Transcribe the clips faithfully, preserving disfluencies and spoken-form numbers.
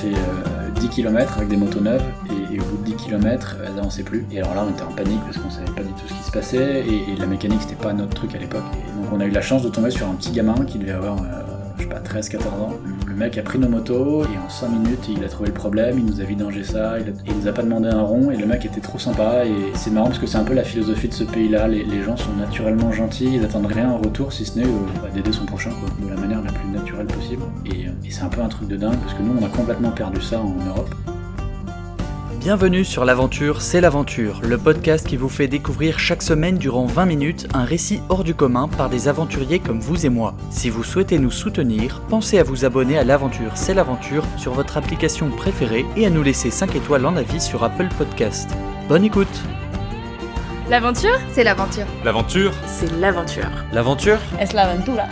fait euh, dix kilomètres avec des motos neuves, et, et au bout de dix kilomètres, elles avançaient plus. Et alors là, on était en panique parce qu'on savait pas du tout ce qui se passait, et, et la mécanique, c'était pas notre truc à l'époque. Et donc on a eu la chance de tomber sur un petit gamin qui devait avoir, euh, je sais pas, treize quatorze ans. Le mec a pris nos motos, et en cinq minutes, il a trouvé le problème, il nous a vidangé ça, il, a, il nous a pas demandé un rond, et le mec était trop sympa. Et c'est marrant parce que c'est un peu la philosophie de ce pays-là. Les, les gens sont naturellement gentils, ils attendent rien en retour, si ce n'est euh, bah, d'aider son prochain, quoi, de la manière la plus naturelle possible. Et, et c'est un peu un truc de dingue, parce que nous, on a complètement perdu ça en Europe. Bienvenue sur L'Aventure, c'est l'Aventure, le podcast qui vous fait découvrir chaque semaine durant vingt minutes un récit hors du commun par des aventuriers comme vous et moi. Si vous souhaitez nous soutenir, pensez à vous abonner à L'Aventure, c'est l'Aventure sur votre application préférée et à nous laisser cinq étoiles en avis sur Apple Podcast. Bonne écoute! L'aventure, c'est l'aventure. L'aventure, c'est l'aventure. L'aventure, es l'aventura.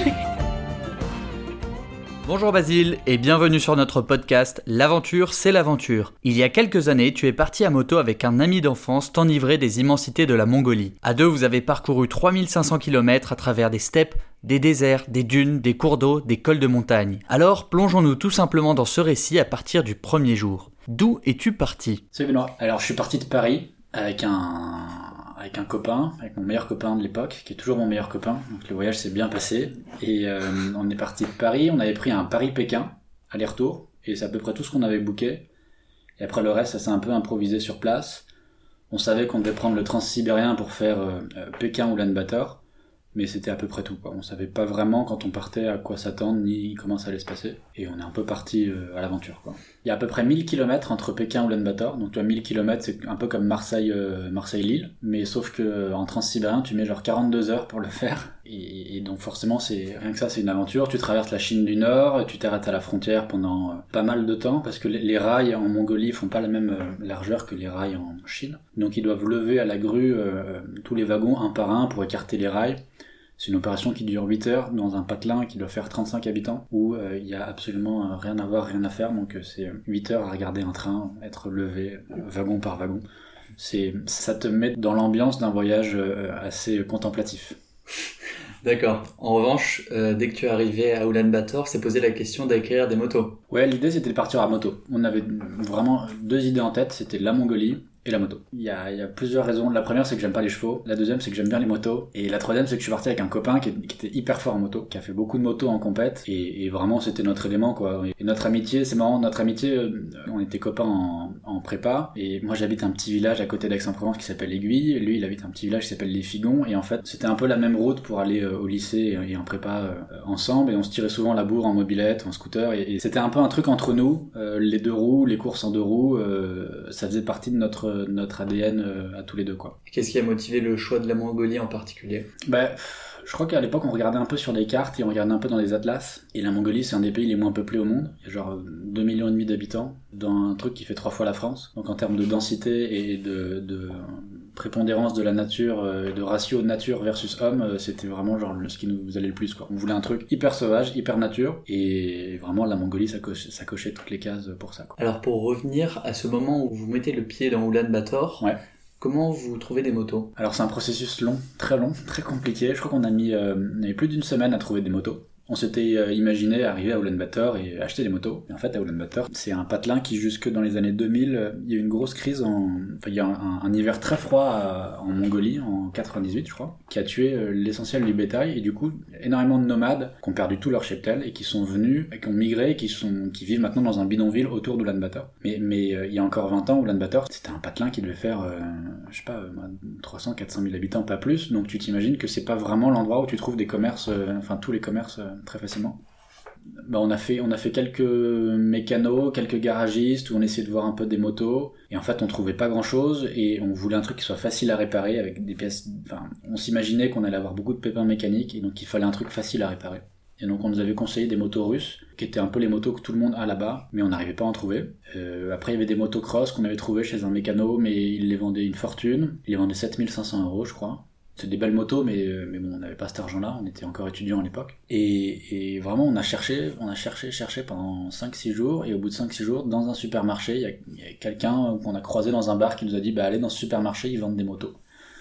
Bonjour Basile et bienvenue sur notre podcast L'Aventure, c'est l'Aventure. Il y a quelques années, tu es parti à moto avec un ami d'enfance t'enivrer des immensités de la Mongolie. À deux, vous avez parcouru trois mille cinq cents kilomètres à travers des steppes, des déserts, des dunes, des cours d'eau, des cols de montagne. Alors, plongeons-nous tout simplement dans ce récit à partir du premier jour. D'où es-tu parti ? Salut Benoît. Alors je suis parti de Paris avec un... avec un copain, avec mon meilleur copain de l'époque, qui est toujours mon meilleur copain, donc le voyage s'est bien passé, et euh, on est parti de Paris, on avait pris un Paris-Pékin, aller-retour, et c'est à peu près tout ce qu'on avait booké, et après le reste, ça s'est un peu improvisé sur place. On savait qu'on devait prendre le transsibérien pour faire euh, Pékin ou Ulaanbaatar, mais c'était à peu près tout, quoi. On savait pas vraiment quand on partait à quoi s'attendre, ni comment ça allait se passer, et on est un peu parti euh, à l'aventure, quoi. Il y a à peu près mille kilomètres entre Pékin et Ulaanbaatar, donc tu vois, mille kilomètres, c'est un peu comme Marseille, euh, Marseille-Lille, mais sauf que en transsibérien, tu mets genre quarante-deux heures pour le faire, et, et donc forcément, c'est rien que ça, c'est une aventure. Tu traverses la Chine du Nord, tu t'arrêtes à la frontière pendant euh, pas mal de temps, parce que les, les rails en Mongolie font pas la même euh, largeur que les rails en Chine, donc ils doivent lever à la grue euh, tous les wagons un par un pour écarter les rails. C'est une opération qui dure huit heures dans un patelin qui doit faire trente-cinq habitants, où il euh, y a absolument euh, rien à voir, rien à faire, donc euh, c'est huit heures à regarder un train être levé euh, wagon par wagon. C'est, ça te met dans l'ambiance d'un voyage euh, assez contemplatif. D'accord. En revanche, euh, dès que tu es arrivé à Ulaanbaatar, c'est posé la question d'acquérir des motos. Ouais, l'idée c'était de partir à moto. On avait vraiment deux idées en tête, c'était la Mongolie et la moto. Il y a, il y a plusieurs raisons. La première, c'est que j'aime pas les chevaux. La deuxième, c'est que j'aime bien les motos. Et la troisième, c'est que je suis parti avec un copain qui, qui était hyper fort en moto, qui a fait beaucoup de motos en compète. Et, et vraiment, c'était notre élément, quoi. Et notre amitié, c'est marrant, notre amitié, euh, on était copains en, en prépa. Et moi, j'habite un petit village à côté d'Aix-en-Provence qui s'appelle L'Aiguille. Lui, il habite un petit village qui s'appelle Les Figons. Et en fait, c'était un peu la même route pour aller euh, au lycée et en prépa euh, ensemble. Et on se tirait souvent la bourre en mobilette, en scooter. Et, et c'était un peu un truc entre nous. Euh, les deux roues, les courses en deux roues, euh, ça faisait partie de notre, notre A D N à tous les deux, quoi. Qu'est-ce qui a motivé le choix de la Mongolie en particulier ? Bah, je crois qu'à l'époque on regardait un peu sur des cartes et on regardait un peu dans les atlas, et la Mongolie c'est un des pays les moins peuplés au monde. Il y a genre deux millions et demi d'habitants dans un truc qui fait trois fois la France, donc en termes de densité et de, de prépondérance de la nature, de ratio nature versus homme, c'était vraiment genre ce qui nous allait le plus, quoi. On voulait un truc hyper sauvage, hyper nature, et vraiment la Mongolie ça cochait, ça cochait toutes les cases pour ça, quoi. Alors pour revenir à ce moment où vous mettez le pied dans Ulaanbaatar, ouais. Comment vous trouvez des motos ? Alors c'est un processus long, très long, très compliqué. Je crois qu'on a mis, euh, on avait plus d'une semaine à trouver des motos. On s'était euh, imaginé arriver à Ulaanbaatar et acheter des motos. Et en fait, à Ulaanbaatar, c'est un patelin qui, jusque dans les années deux mille, euh, il y a eu une grosse crise, en... enfin, il y a un, un hiver très froid à, en Mongolie, en quatre-vingt-dix-huit, je crois, qui a tué euh, l'essentiel du bétail. Et du coup, énormément de nomades qui ont perdu tout leur cheptel et qui sont venus, et qui ont migré, et qui, sont, qui vivent maintenant dans un bidonville autour d'Ulaanbaatar. Mais, mais euh, il y a encore vingt ans, Ulaanbaatar, c'était un patelin qui devait faire, euh, je sais pas, euh, trois cents à quatre cent mille habitants, pas plus. Donc tu t'imagines que c'est pas vraiment l'endroit où tu trouves des commerces, euh, enfin tous les commerces, euh, très facilement. Bah on a fait on a fait quelques mécanos, quelques garagistes où on essayait de voir un peu des motos, et en fait on trouvait pas grand chose, et on voulait un truc qui soit facile à réparer avec des pièces, enfin on s'imaginait qu'on allait avoir beaucoup de pépins mécaniques, et donc il fallait un truc facile à réparer. Et donc on nous avait conseillé des motos russes, qui étaient un peu les motos que tout le monde a là-bas, mais on n'arrivait pas à en trouver. Euh, après il y avait des motocross qu'on avait trouvées chez un mécano, mais il les vendait une fortune, il les vendait sept mille cinq cents euros je crois. C'est des belles motos, mais, mais bon, on n'avait pas cet argent-là, on était encore étudiants à l'époque. Et, et vraiment, on a cherché, on a cherché, cherché pendant cinq six jours, et au bout de cinq six jours, dans un supermarché, il y a, il y a quelqu'un qu'on a croisé dans un bar qui nous a dit, bah allez dans ce supermarché, ils vendent des motos.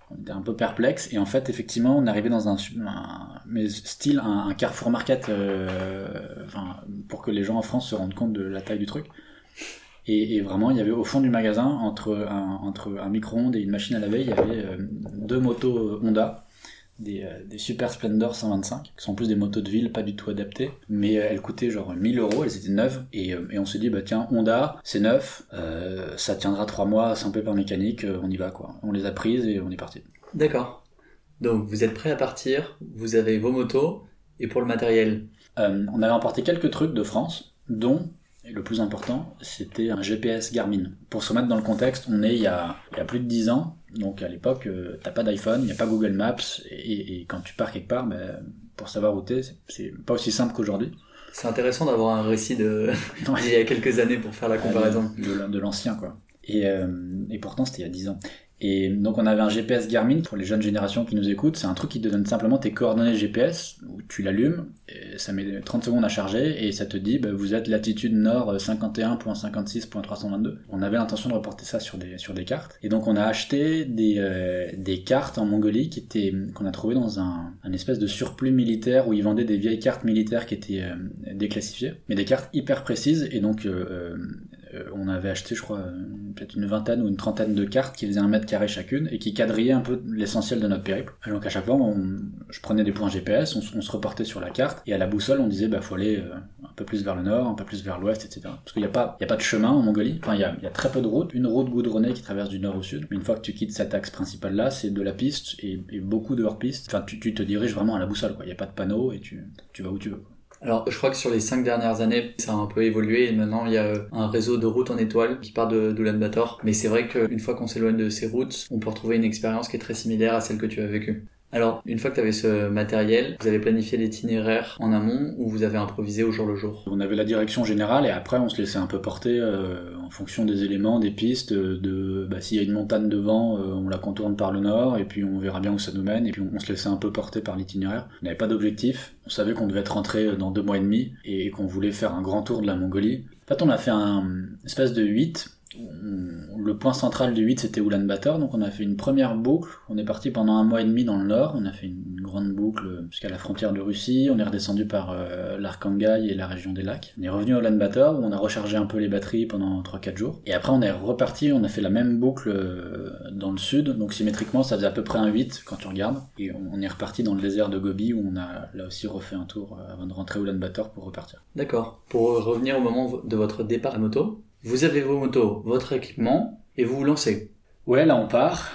On était un peu perplexe et en fait effectivement on arrivait dans un, un mais style un, un Carrefour Market euh, enfin, pour que les gens en France se rendent compte de la taille du truc. Et, et vraiment, il y avait au fond du magasin, entre un, entre un micro-ondes et une machine à laver, il y avait euh, deux motos Honda, des, euh, des Super Splendor cent vingt-cinq, qui sont plus des motos de ville, pas du tout adaptées, mais euh, elles coûtaient genre mille euros, elles étaient neuves, et, euh, et on s'est dit, bah tiens, Honda, c'est neuf, euh, ça tiendra trois mois sans paper mécanique, euh, on y va quoi. On les a prises et on est parti. D'accord. Donc vous êtes prêts à partir, vous avez vos motos, et pour le matériel euh, On avait emporté quelques trucs de France, dont... Et le plus important, c'était un G P S Garmin. Pour se remettre dans le contexte, on est il y a, il y a plus de dix ans, donc à l'époque, euh, t'as pas d'iPhone, il n'y a pas Google Maps, et, et quand tu pars quelque part, ben, pour savoir où t'es, c'est, c'est pas aussi simple qu'aujourd'hui. C'est intéressant d'avoir un récit de ouais. il y a quelques années pour faire la comparaison. De, de, de l'ancien, quoi. Et, euh, et pourtant, c'était il y a dix ans. Et donc on avait un G P S Garmin, pour les jeunes générations qui nous écoutent, c'est un truc qui te donne simplement tes coordonnées G P S, où tu l'allumes, et ça met trente secondes à charger, et ça te dit, bah, vous êtes latitude nord cinquante et un virgule cinquante-six virgule trois cent vingt-deux. On avait l'intention de reporter ça sur des, sur des cartes, et donc on a acheté des, euh, des cartes en Mongolie qui étaient, qu'on a trouvé dans un, un espèce de surplus militaire, où ils vendaient des vieilles cartes militaires qui étaient euh, déclassifiées, mais des cartes hyper précises, et donc... Euh, Euh, on avait acheté, je crois, peut-être une vingtaine ou une trentaine de cartes qui faisaient un mètre carré chacune et qui quadrillaient un peu l'essentiel de notre périple. Et donc à chaque fois, on, je prenais des points G P S, on, on se reportait sur la carte et à la boussole, on disait bah faut aller euh, un peu plus vers le nord, un peu plus vers l'ouest, et cetera. Parce qu'il n'y a pas, il y a pas de chemin en Mongolie. Enfin, il y a, il y a très peu de routes, une route goudronnée qui traverse du nord au sud. Mais une fois que tu quittes cet axe principal là, c'est de la piste et, et beaucoup de hors-piste. Enfin, tu, tu te diriges vraiment à la boussole, quoi. Il n'y a pas de panneau et tu, tu vas où tu veux, quoi. Alors, je crois que sur les cinq dernières années, ça a un peu évolué et maintenant il y a un réseau de routes en étoile qui part de d'Oulan-Bator. Mais c'est vrai qu'une fois qu'on s'éloigne de ces routes, on peut retrouver une expérience qui est très similaire à celle que tu as vécue. Alors, une fois que tu avais ce matériel, vous avez planifié l'itinéraire en amont ou vous avez improvisé au jour le jour ? On avait la direction générale et après on se laissait un peu porter euh, en fonction des éléments, des pistes, de bah, s'il y a une montagne devant, euh, on la contourne par le nord et puis on verra bien où ça nous mène et puis on, on se laissait un peu porter par l'itinéraire. On n'avait pas d'objectif, on savait qu'on devait être rentré dans deux mois et demi et, et qu'on voulait faire un grand tour de la Mongolie. En fait on a fait un une espèce de huit. Le point central du huit c'était Oulan-Bator, donc on a fait une première boucle, on est parti pendant un mois et demi dans le nord, on a fait une grande boucle jusqu'à la frontière de Russie, on est redescendu par euh, l'Arkhangaï et la région des lacs, on est revenu à Oulan-Bator où on a rechargé un peu les batteries pendant trois quatre jours, et après on est reparti, on a fait la même boucle euh, dans le sud, donc symétriquement ça faisait à peu près un huit quand tu regardes, et on, on est reparti dans le désert de Gobi où on a là aussi refait un tour euh, avant de rentrer à Oulan-Bator pour repartir. D'accord, pour revenir au moment de votre départ à moto, vous avez vos motos, votre équipement, et vous vous lancez. Ouais, là on part,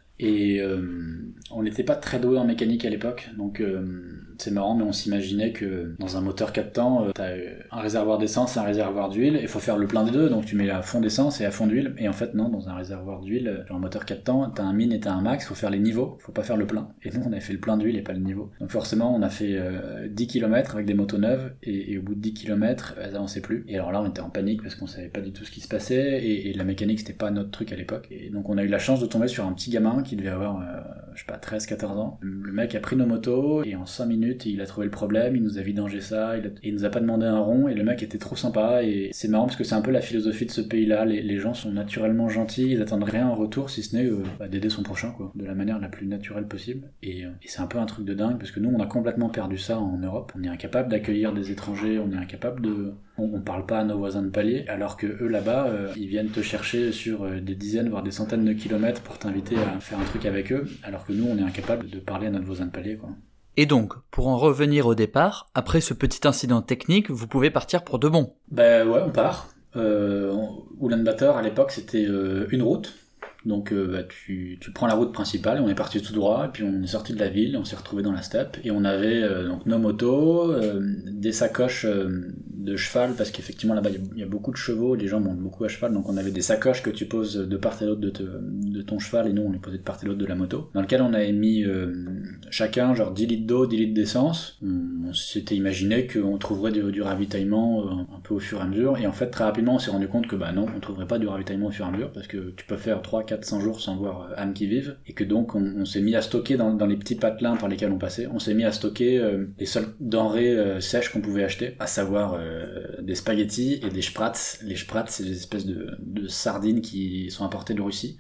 et euh, on n'était pas très doué en mécanique à l'époque, donc euh, c'est marrant, mais on s'imaginait que dans un moteur quatre temps, euh, t'as un réservoir d'essence et un réservoir d'huile, et il faut faire le plein des deux, donc tu mets à fond d'essence et à fond d'huile, et en fait non, dans un réservoir d'huile, dans un moteur quatre temps, t'as un min et t'as un max, faut faire les niveaux, faut pas faire le plein. Et nous on avait fait le plein d'huile et pas le niveau. Donc forcément on a fait euh, dix kilomètres avec des motos neuves, et, et au bout de dix kilomètres, elles avançaient plus. Et alors là on était en panique parce qu'on savait pas du tout ce qui se passait, et, et la mécanique c'était pas notre truc à l'époque. Et donc on a eu la chance de tomber sur un petit gamin qui devait avoir, euh, je sais pas, treize quatorze ans. Le mec a pris nos motos, et en cinq minutes il a trouvé le problème, il nous a vidangé ça, il, a... il nous a pas demandé un rond, et le mec était trop sympa, et c'est marrant parce que c'est un peu la philosophie de ce pays-là, les, les gens sont naturellement gentils, ils attendent rien en retour si ce n'est euh, bah, d'aider son prochain, quoi, de la manière la plus naturelle possible, et, euh, et c'est un peu un truc de dingue, parce que nous on a complètement perdu ça en Europe, on est incapable d'accueillir des étrangers, on est incapable de... On, on parle pas à nos voisins de palier, alors que eux là-bas, euh, ils viennent te chercher sur euh, des dizaines, voire des centaines de kilomètres pour t'inviter à faire un truc avec eux, alors que nous on est incapable de parler à notre voisin de palier, quoi. Et donc, pour en revenir au départ, après ce petit incident technique, vous pouvez partir pour de bon. Ben ouais, on part. Euh, Oulan-Bator, à l'époque, c'était euh, une route. Donc euh, bah, tu, tu prends la route principale, et on est parti tout droit, et puis on est sorti de la ville, on s'est retrouvé dans la steppe, et on avait euh, donc nos motos, euh, des sacoches euh, de cheval, parce qu'effectivement là-bas il y, y a beaucoup de chevaux, les gens montent beaucoup à cheval, donc on avait des sacoches que tu poses de part et d'autre de, te, de ton cheval, et nous on les posait de part et d'autre de la moto, dans lequel on avait mis euh, chacun genre dix litres d'eau, dix litres d'essence. On, on s'était imaginé qu'on trouverait du, du ravitaillement euh, un peu au fur et à mesure, et en fait très rapidement on s'est rendu compte que bah non, on trouverait pas du ravitaillement au fur et à mesure, parce que tu peux faire trois quatre cents jours sans voir âme qui vive, et que donc on, on s'est mis à stocker dans, dans les petits patelins par lesquels on passait, on s'est mis à stocker euh, les seules denrées euh, sèches qu'on pouvait acheter, à savoir euh, des spaghettis et des sprats. Les sprats, c'est des espèces de, de sardines qui sont importées de Russie, des sardines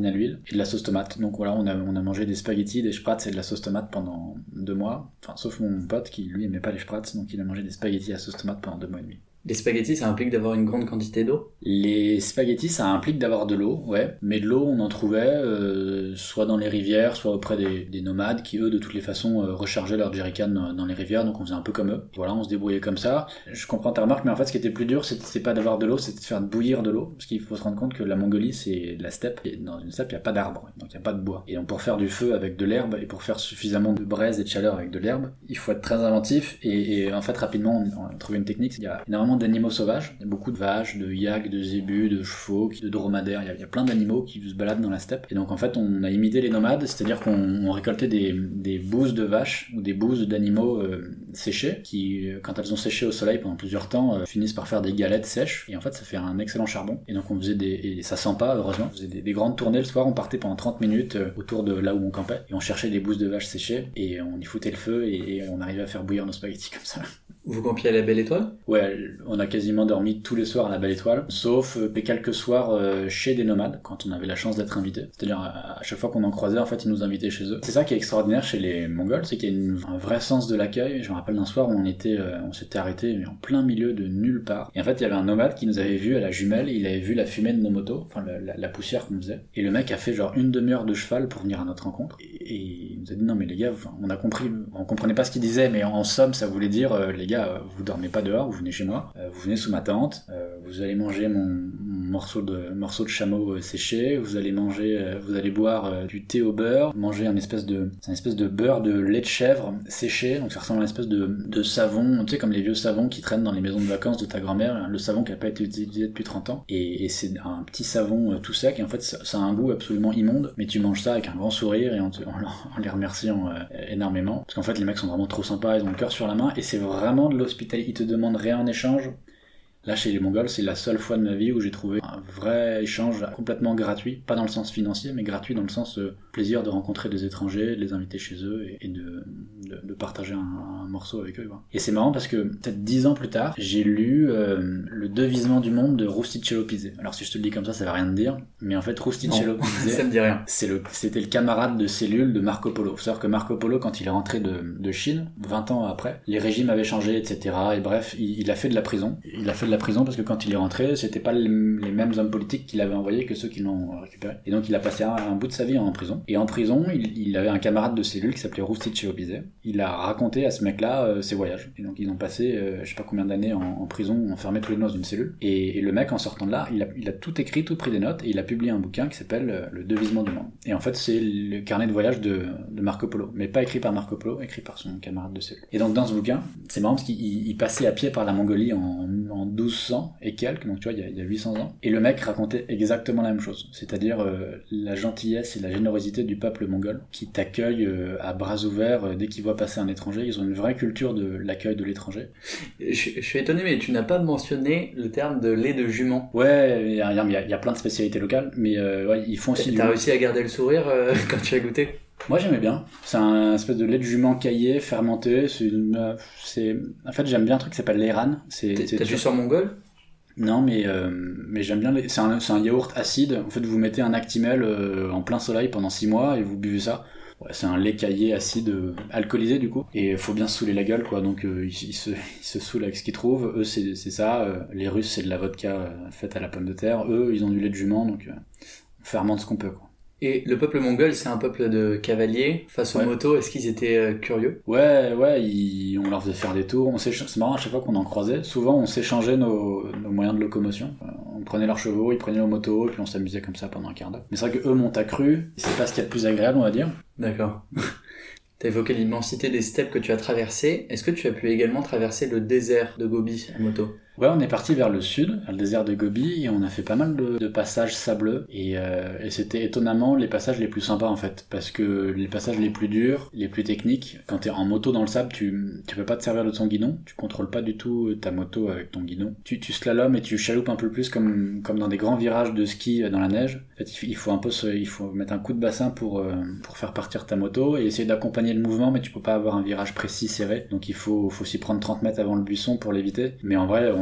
sardines à l'huile et de la sauce tomate. Donc voilà, on a, on a mangé des spaghettis, des spratz et de la sauce tomate pendant deux mois. Enfin, sauf mon pote qui lui aimait pas les spratz, donc il a mangé des spaghettis à sauce tomate pendant deux mois et demi. Les spaghettis, ça implique d'avoir une grande quantité d'eau ? Les spaghettis, ça implique d'avoir de l'eau, ouais. Mais de l'eau, on en trouvait euh, soit dans les rivières, soit auprès des, des nomades qui, eux, de toutes les façons, euh, rechargeaient leur jerrycan dans les rivières. Donc on faisait un peu comme eux. Voilà, on se débrouillait comme ça. Je comprends ta remarque, mais en fait, ce qui était plus dur, c'était, c'est pas d'avoir de l'eau, c'était de faire bouillir de l'eau. Parce qu'il faut se rendre compte que la Mongolie, c'est de la steppe. Et dans une steppe, il n'y a pas d'arbres, donc il n'y a pas de bois. Et donc pour faire du feu avec de l'herbe, et pour faire suffisamment de braise et de chaleur avec de l'herbe, il faut être très inventif. Et, et en fait, rapidement, on a trouvé une technique. Il y a énormément d'animaux sauvages. Il y a beaucoup de vaches, de yaks, de zébus, de chevaux, de dromadaires, il y, a, il y a plein d'animaux qui se baladent dans la steppe. Et donc en fait on a imité les nomades, c'est-à-dire qu'on on récoltait des, des bouses de vaches ou des bouses d'animaux euh, séchées qui, quand elles ont séché au soleil pendant plusieurs temps, euh, finissent par faire des galettes sèches. Et en fait ça fait un excellent charbon. Et donc on faisait des... Et ça sent pas, heureusement. On faisait des, des grandes tournées le soir, on partait pendant trente minutes euh, autour de là où on campait. Et on cherchait des bouses de vaches séchées et on y foutait le feu et, et on arrivait à faire bouillir nos spaghettis comme ça. Vous campiez à la Belle Étoile ? Ouais, on a quasiment dormi tous les soirs à la Belle Étoile, sauf euh, quelques soirs euh, chez des nomades, quand on avait la chance d'être invité. C'est-à-dire, à, à chaque fois qu'on en croisait, en fait, ils nous invitaient chez eux. C'est ça qui est extraordinaire chez les Mongols, c'est qu'il y a une, un vrai sens de l'accueil. Je me rappelle d'un soir où on était, euh, on s'était arrêté en plein milieu de nulle part. Et en fait, il y avait un nomade qui nous avait vu à la jumelle, il avait vu la fumée de nos motos, enfin la, la, la poussière qu'on faisait. Et le mec a fait genre une demi-heure de cheval pour venir à notre rencontre. Et, et il nous a dit, non mais les gars, on a compris, on comprenait pas ce qu'il disait, mais en, en somme, ça voulait dire, euh, les gars, euh, vous dormez pas dehors, vous venez chez moi, euh, vous venez sous ma tente, euh, vous allez manger mon, mon morceau de morceau de chameau euh, séché, vous allez manger, euh, vous allez boire euh, du thé au beurre, manger un espèce de, c'est un espèce de beurre de lait de chèvre séché, donc ça ressemble à une espèce de, de savon, tu sais comme les vieux savons qui traînent dans les maisons de vacances de ta grand-mère, hein, le savon qui a pas été utilisé depuis trente ans, et, et c'est un petit savon euh, tout sec, et en fait ça, ça a un goût absolument immonde, mais tu manges ça avec un grand sourire et en, te, en, en les remerciant euh, énormément, parce qu'en fait les mecs sont vraiment trop sympas, ils ont le cœur sur la main, et c'est vraiment de l'hospitalité, ils te demandent rien en échange. Là, chez les Mongols, c'est la seule fois de ma vie où j'ai trouvé un vrai échange complètement gratuit, pas dans le sens financier, mais gratuit dans le sens euh, plaisir de rencontrer des étrangers, de les inviter chez eux et, et de, de, de partager un, un morceau avec eux. Quoi. Et c'est marrant parce que peut-être dix ans plus tard, j'ai lu euh, Le Devisement du monde de Rusticello Piset. Alors si je te le dis comme ça, ça va rien te dire, mais en fait Rusticello Piset, ça me dit rien. C'est le, c'était le camarade de cellule de Marco Polo. Faut savoir que Marco Polo, quand il est rentré de, de Chine, vingt ans après, les régimes avaient changé, et cetera. Et bref, il, il a fait de la prison. Il a fait de la prison parce que quand il est rentré, c'était pas les, les mêmes hommes politiques qu'il avait envoyés que ceux qui l'ont récupéré. Et donc il a passé un, un bout de sa vie en prison. Et en prison, il, il avait un camarade de cellule qui s'appelait Rusticello Piset. Il a raconté à ce mec-là euh, ses voyages. Et donc ils ont passé, euh, je sais pas combien d'années en, en prison, enfermés tous les deux dans une cellule. Et, et le mec, en sortant de là, il a, il a tout écrit, tout pris des notes, et il a publié un bouquin qui s'appelle euh, Le Devisement du monde. Et en fait, c'est le carnet de voyage de, de Marco Polo. Mais pas écrit par Marco Polo, écrit par son camarade de cellule. Et donc dans ce bouquin, c'est marrant parce qu'il il passait à pied par la Mongolie en, en douze cents et quelques, donc tu vois, il y, a, il y a huit cents ans. Et le mec racontait exactement la même chose. C'est-à-dire euh, la gentillesse et la générosité du peuple mongol qui t'accueille euh, à bras ouverts euh, dès qu'ils voient passer un étranger. Ils ont une vraie culture de l'accueil de l'étranger. Je, je suis étonné, mais tu n'as pas mentionné le terme de lait de jument. Ouais, il y a, il y a, il y a plein de spécialités locales, mais euh, ouais, ils font aussi du... T'as réussi à garder le sourire euh, quand tu as goûté ? Moi j'aimais bien, c'est un espèce de lait de jument caillé, fermenté, c'est une... Euh, c'est... En fait j'aime bien un truc qui s'appelle l'Eiran. C'est, T'as, c'est t'as du sang mongol ? Non, mais, euh, mais j'aime bien, les... c'est, un, c'est un yaourt acide, en fait vous mettez un Actimel euh, en plein soleil pendant six mois et vous buvez ça. Ouais, c'est un lait caillé acide, euh, alcoolisé du coup, et faut bien se saouler la gueule quoi, donc euh, ils, ils, se, ils se saoulent avec ce qu'ils trouvent, eux c'est, c'est ça, euh, les Russes c'est de la vodka euh, faite à la pomme de terre, eux ils ont du lait de jument, donc euh, on fermente ce qu'on peut quoi. Et le peuple mongol, c'est un peuple de cavaliers face aux ouais. motos. Est-ce qu'ils étaient euh, curieux ? Ouais, ouais, ils, on leur faisait faire des tours. On c'est marrant, à chaque fois qu'on en croisait, souvent on s'échangeait nos, nos moyens de locomotion. On prenait leurs chevaux, ils prenaient nos motos, et puis on s'amusait comme ça pendant un quart d'heure. Mais c'est vrai que eux montent à cru, c'est pas ce qu'il y a de plus agréable, on va dire. D'accord. T'as évoqué l'immensité des steppes que tu as traversées. Est-ce que tu as pu également traverser le désert de Gobi à moto ? Ouais, on est parti vers le sud, vers le désert de Gobi, et on a fait pas mal de, de passages sableux, et, euh, et c'était étonnamment les passages les plus sympas en fait, parce que les passages les plus durs, les plus techniques, quand t'es en moto dans le sable, tu, tu peux pas te servir de ton guidon, tu contrôles pas du tout ta moto avec ton guidon, tu, tu slalomes et tu chaloupes un peu plus comme, comme dans des grands virages de ski dans la neige. En fait, il faut un peu se, il faut mettre un coup de bassin pour, euh, pour faire partir ta moto, et essayer d'accompagner le mouvement, mais tu peux pas avoir un virage précis serré, donc il faut, faut s'y prendre trente mètres avant le buisson pour l'éviter, mais en vrai, on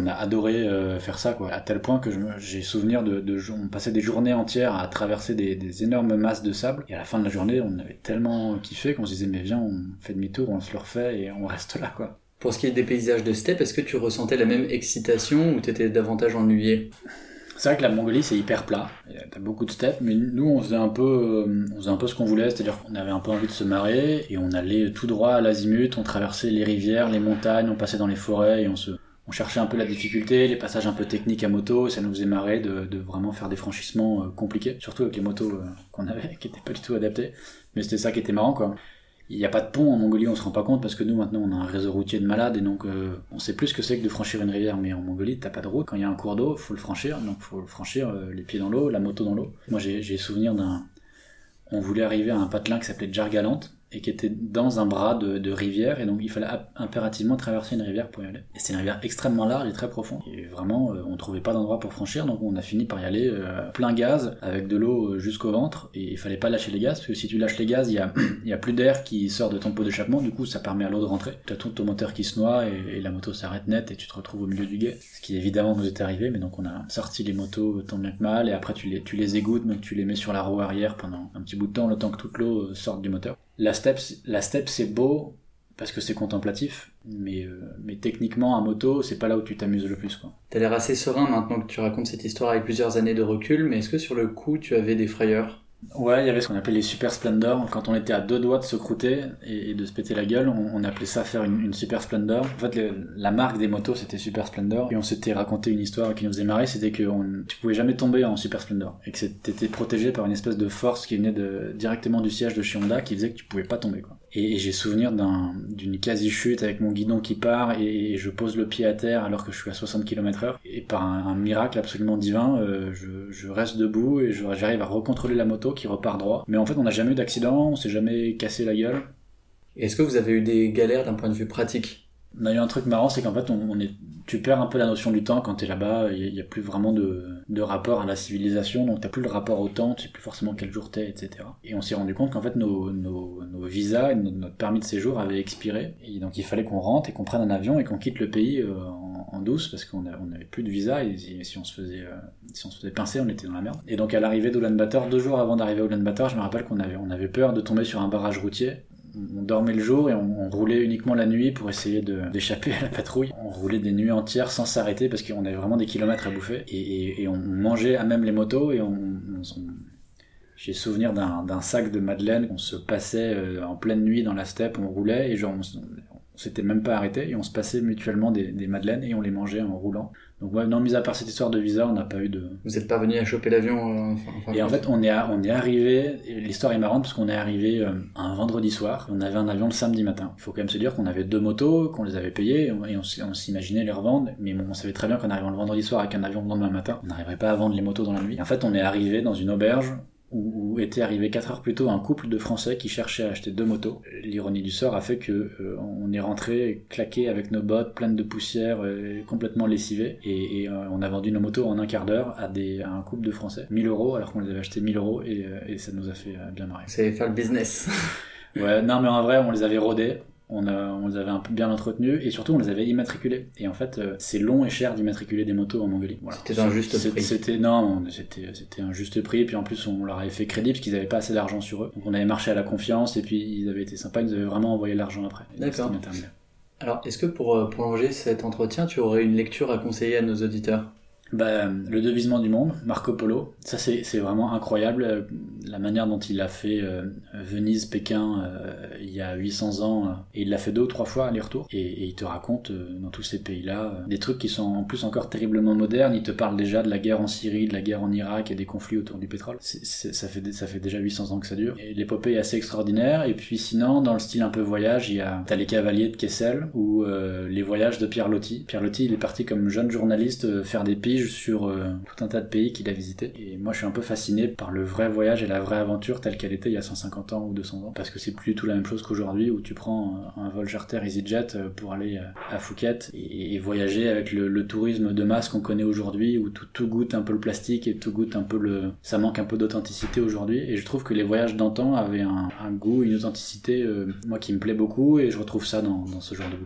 on a adoré euh, faire ça, quoi. À tel point que je me, j'ai souvenir de, de, on passait des journées entières à traverser des, des énormes masses de sable. Et à la fin de la journée, on avait tellement kiffé qu'on se disait, mais viens, on fait demi-tour, on se le refait et on reste là, quoi. Pour ce qui est des paysages de steppe, est-ce que tu ressentais la même excitation ou t'étais davantage ennuyé ? C'est vrai que la Mongolie c'est hyper plat, t'as beaucoup de steppes, mais nous on faisait un peu, on faisait un peu ce qu'on voulait, c'est-à-dire qu'on avait un peu envie de se marrer et on allait tout droit à l'azimut, on traversait les rivières, les montagnes, on passait dans les forêts et on se, on cherchait un peu la difficulté, les passages un peu techniques à moto, ça nous faisait marrer de, de vraiment faire des franchissements euh, compliqués, surtout avec les motos euh, qu'on avait, qui étaient pas du tout adaptées, mais c'était ça qui était marrant, quoi. Il n'y a pas de pont en Mongolie, on se rend pas compte parce que nous maintenant on a un réseau routier de malades et donc euh, on sait plus ce que c'est que de franchir une rivière, mais en Mongolie t'as pas de route, quand il y a un cours d'eau faut le franchir, donc faut le franchir euh, les pieds dans l'eau, la moto dans l'eau. Moi j'ai, j'ai souvenir d'un... On voulait arriver à un patelin qui s'appelait Djargalante et qui était dans un bras de, de rivière et donc il fallait impérativement traverser une rivière pour y aller. Et c'était une rivière extrêmement large et très profonde et vraiment euh, on trouvait pas d'endroit pour franchir donc on a fini par y aller euh, plein gaz avec de l'eau jusqu'au ventre et il fallait pas lâcher les gaz parce que si tu lâches les gaz il y a, y a plus d'air qui sort de ton pot d'échappement, du coup ça permet à l'eau de rentrer. Tu as tout ton moteur qui se noie et, et la moto s'arrête net et tu te retrouves au milieu du gué, ce qui évidemment nous était arrivé, mais donc on a sorti les motos tant bien que mal et après tu les, tu les égouttes, donc tu les mets sur la roue arrière pendant un petit bout de temps le temps que toute l'eau sorte du moteur. La steppe, la steppe c'est beau parce que c'est contemplatif, mais, euh, mais techniquement, à moto, c'est pas là où tu t'amuses le plus, quoi. T'as l'air assez serein maintenant que tu racontes cette histoire avec plusieurs années de recul, mais est-ce que sur le coup, tu avais des frayeurs ? Ouais, il y avait ce qu'on appelait les Super Splendor. Quand on était à deux doigts de se croûter et, et de se péter la gueule, on, on appelait ça faire une, une Super Splendor. En fait, le, la marque des motos, c'était Super Splendor. Et on s'était raconté une histoire qui nous faisait marrer, c'était que on, tu pouvais jamais tomber en Super Splendor. Et que t'étais protégé par une espèce de force qui venait de, directement du siège de chez Honda, qui faisait que tu pouvais pas tomber, quoi. Et, et j'ai souvenir d'un, d'une quasi-chute avec mon guidon qui part et, et je pose le pied à terre alors que je suis à soixante kilomètres heure. Et par un, un miracle absolument divin, euh, je, je reste debout et je, j'arrive à recontrôler la moto qui repart droit. Mais en fait, on n'a jamais eu d'accident, on s'est jamais cassé la gueule. Et est-ce que vous avez eu des galères d'un point de vue pratique ? On a eu un truc marrant, c'est qu'en fait, on, on est, tu perds un peu la notion du temps quand t'es là-bas. Il y, y a plus vraiment de, de rapport à la civilisation, donc t'as plus le rapport au temps, tu sais plus forcément quel jour t'es, et cetera. Et on s'est rendu compte qu'en fait, nos, nos, nos visas et notre, notre permis de séjour avaient expiré. Et donc, il fallait qu'on rentre et qu'on prenne un avion et qu'on quitte le pays euh, en, en douce parce qu'on n'avait plus de visa et, et si on se faisait, euh, si on se faisait pincer, on était dans la merde. Et donc, à l'arrivée d'Ulaanbaatar, deux jours avant d'arriver à Ulaanbaatar, je me rappelle qu'on avait, on avait peur de tomber sur un barrage routier. On dormait le jour et on, on roulait uniquement la nuit pour essayer de, d'échapper à la patrouille. On roulait des nuits entières sans s'arrêter parce qu'on avait vraiment des kilomètres à bouffer. Et, et, et on mangeait à même les motos et on... on, on j'ai souvenir d'un, d'un sac de madeleine qu'on se passait euh, en pleine nuit dans la steppe, on roulait et genre on, on s'était même pas arrêté et on se passait mutuellement des, des madeleines et on les mangeait en roulant. Donc ouais, non, mis à part cette histoire de visa, on n'a pas eu de... Vous êtes pas venu à choper l'avion euh, enfin, enfin, Et en fait, on est, à, on est arrivé, l'histoire est marrante parce qu'on est arrivé euh, un vendredi soir, et on avait un avion le samedi matin. Il faut quand même se dire qu'on avait deux motos, qu'on les avait payées, et on, et on, on s'imaginait les revendre, mais bon, on savait très bien qu'en arrivant le vendredi soir avec un avion le lendemain matin, on n'arriverait pas à vendre les motos dans la nuit. Et en fait, on est arrivé dans une auberge où était arrivé quatre heures plus tôt un couple de Français qui cherchaient à acheter deux motos. L'ironie du sort a fait que euh, on est rentré claqué avec nos bottes pleines de poussière, euh, complètement lessivées, et, et euh, on a vendu nos motos en un quart d'heure à, des, à un couple de Français, mille euros, alors qu'on les avait achetés mille euros, et, euh, et ça nous a fait euh, bien marrer. C'est faire le business. Ouais, non mais en vrai, on les avait rodés. On, a, on les avait un peu bien entretenus et surtout on les avait immatriculés. Et en fait, euh, c'est long et cher d'immatriculer des motos en Mongolie. Voilà. C'était un juste c'était, prix. C'était, non, c'était, c'était un juste prix. Puis en plus, on leur avait fait crédit parce qu'ils n'avaient pas assez d'argent sur eux. Donc on avait marché à la confiance et puis ils avaient été sympas. Ils nous avaient vraiment envoyé l'argent après. D'accord. Alors, est-ce que pour euh, prolonger cet entretien, tu aurais une lecture à conseiller à nos auditeurs ? Bah, le devisement du monde, Marco Polo, ça c'est, c'est vraiment incroyable, la manière dont il a fait euh, Venise, Pékin euh, il y a huit cents ans, euh, et il l'a fait deux ou trois fois aller-retour, et, et il te raconte euh, dans tous ces pays-là euh, des trucs qui sont en plus encore terriblement modernes. Il te parle déjà de la guerre en Syrie, de la guerre en Irak et des conflits autour du pétrole. C'est, c'est, ça, fait, ça fait déjà huit cents ans que ça dure, et l'épopée est assez extraordinaire. Et puis sinon, dans le style un peu voyage, il y a t'as les cavaliers de Kessel ou euh, les voyages de Pierre Loti. Pierre Loti, il est parti comme jeune journaliste euh, faire des piges sur euh, tout un tas de pays qu'il a visités. Et moi, je suis un peu fasciné par le vrai voyage et la vraie aventure telle qu'elle était il y a cent cinquante ans ou deux cents ans. Parce que c'est plus du tout la même chose qu'aujourd'hui où tu prends un vol charter EasyJet pour aller à Phuket et, et voyager avec le, le tourisme de masse qu'on connaît aujourd'hui où tout, tout goûte un peu le plastique et tout goûte un peu le... ça manque un peu d'authenticité aujourd'hui. Et je trouve que les voyages d'antan avaient un, un goût, une authenticité, euh, moi qui me plaît beaucoup, et je retrouve ça dans, dans ce genre de bouquin.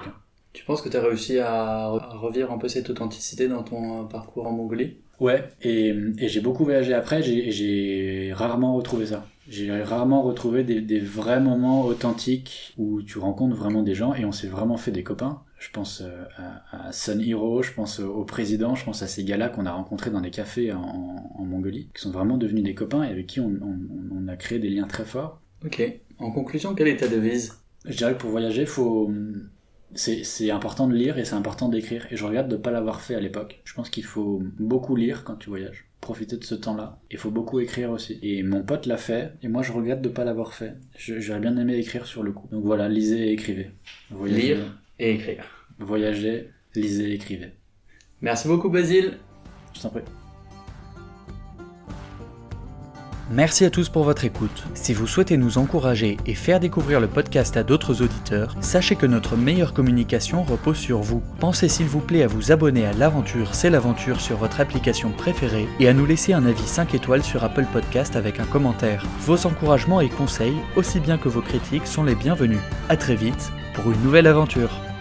Tu penses que tu as réussi à revivre un peu cette authenticité dans ton parcours en Mongolie ? Ouais, et, et j'ai beaucoup voyagé après, j'ai, j'ai rarement retrouvé ça. J'ai rarement retrouvé des, des vrais moments authentiques où tu rencontres vraiment des gens et on s'est vraiment fait des copains. Je pense à, à Sun Hiro, je pense au président, je pense à ces gars-là qu'on a rencontrés dans des cafés en, en Mongolie, qui sont vraiment devenus des copains et avec qui on, on, on a créé des liens très forts. Ok. En conclusion, quelle est ta devise ? Je dirais que pour voyager, faut... C'est, c'est important de lire et c'est important d'écrire. Et je regrette de ne pas l'avoir fait à l'époque. Je pense qu'il faut beaucoup lire quand tu voyages. Profiter de ce temps-là. Il faut beaucoup écrire aussi. Et mon pote l'a fait, et moi je regrette de ne pas l'avoir fait. Je, j'aurais bien aimé écrire sur le coup. Donc voilà, lisez et écrivez. Voyagez, lire et écrire. Voyagez, lisez et écrivez. Merci beaucoup Basile. Je t'en prie. Merci à tous pour votre écoute. Si vous souhaitez nous encourager et faire découvrir le podcast à d'autres auditeurs, sachez que notre meilleure communication repose sur vous. Pensez s'il vous plaît à vous abonner à L'Aventure, c'est l'aventure sur votre application préférée et à nous laisser un avis cinq étoiles sur Apple Podcast avec un commentaire. Vos encouragements et conseils, aussi bien que vos critiques, sont les bienvenus. À très vite pour une nouvelle aventure.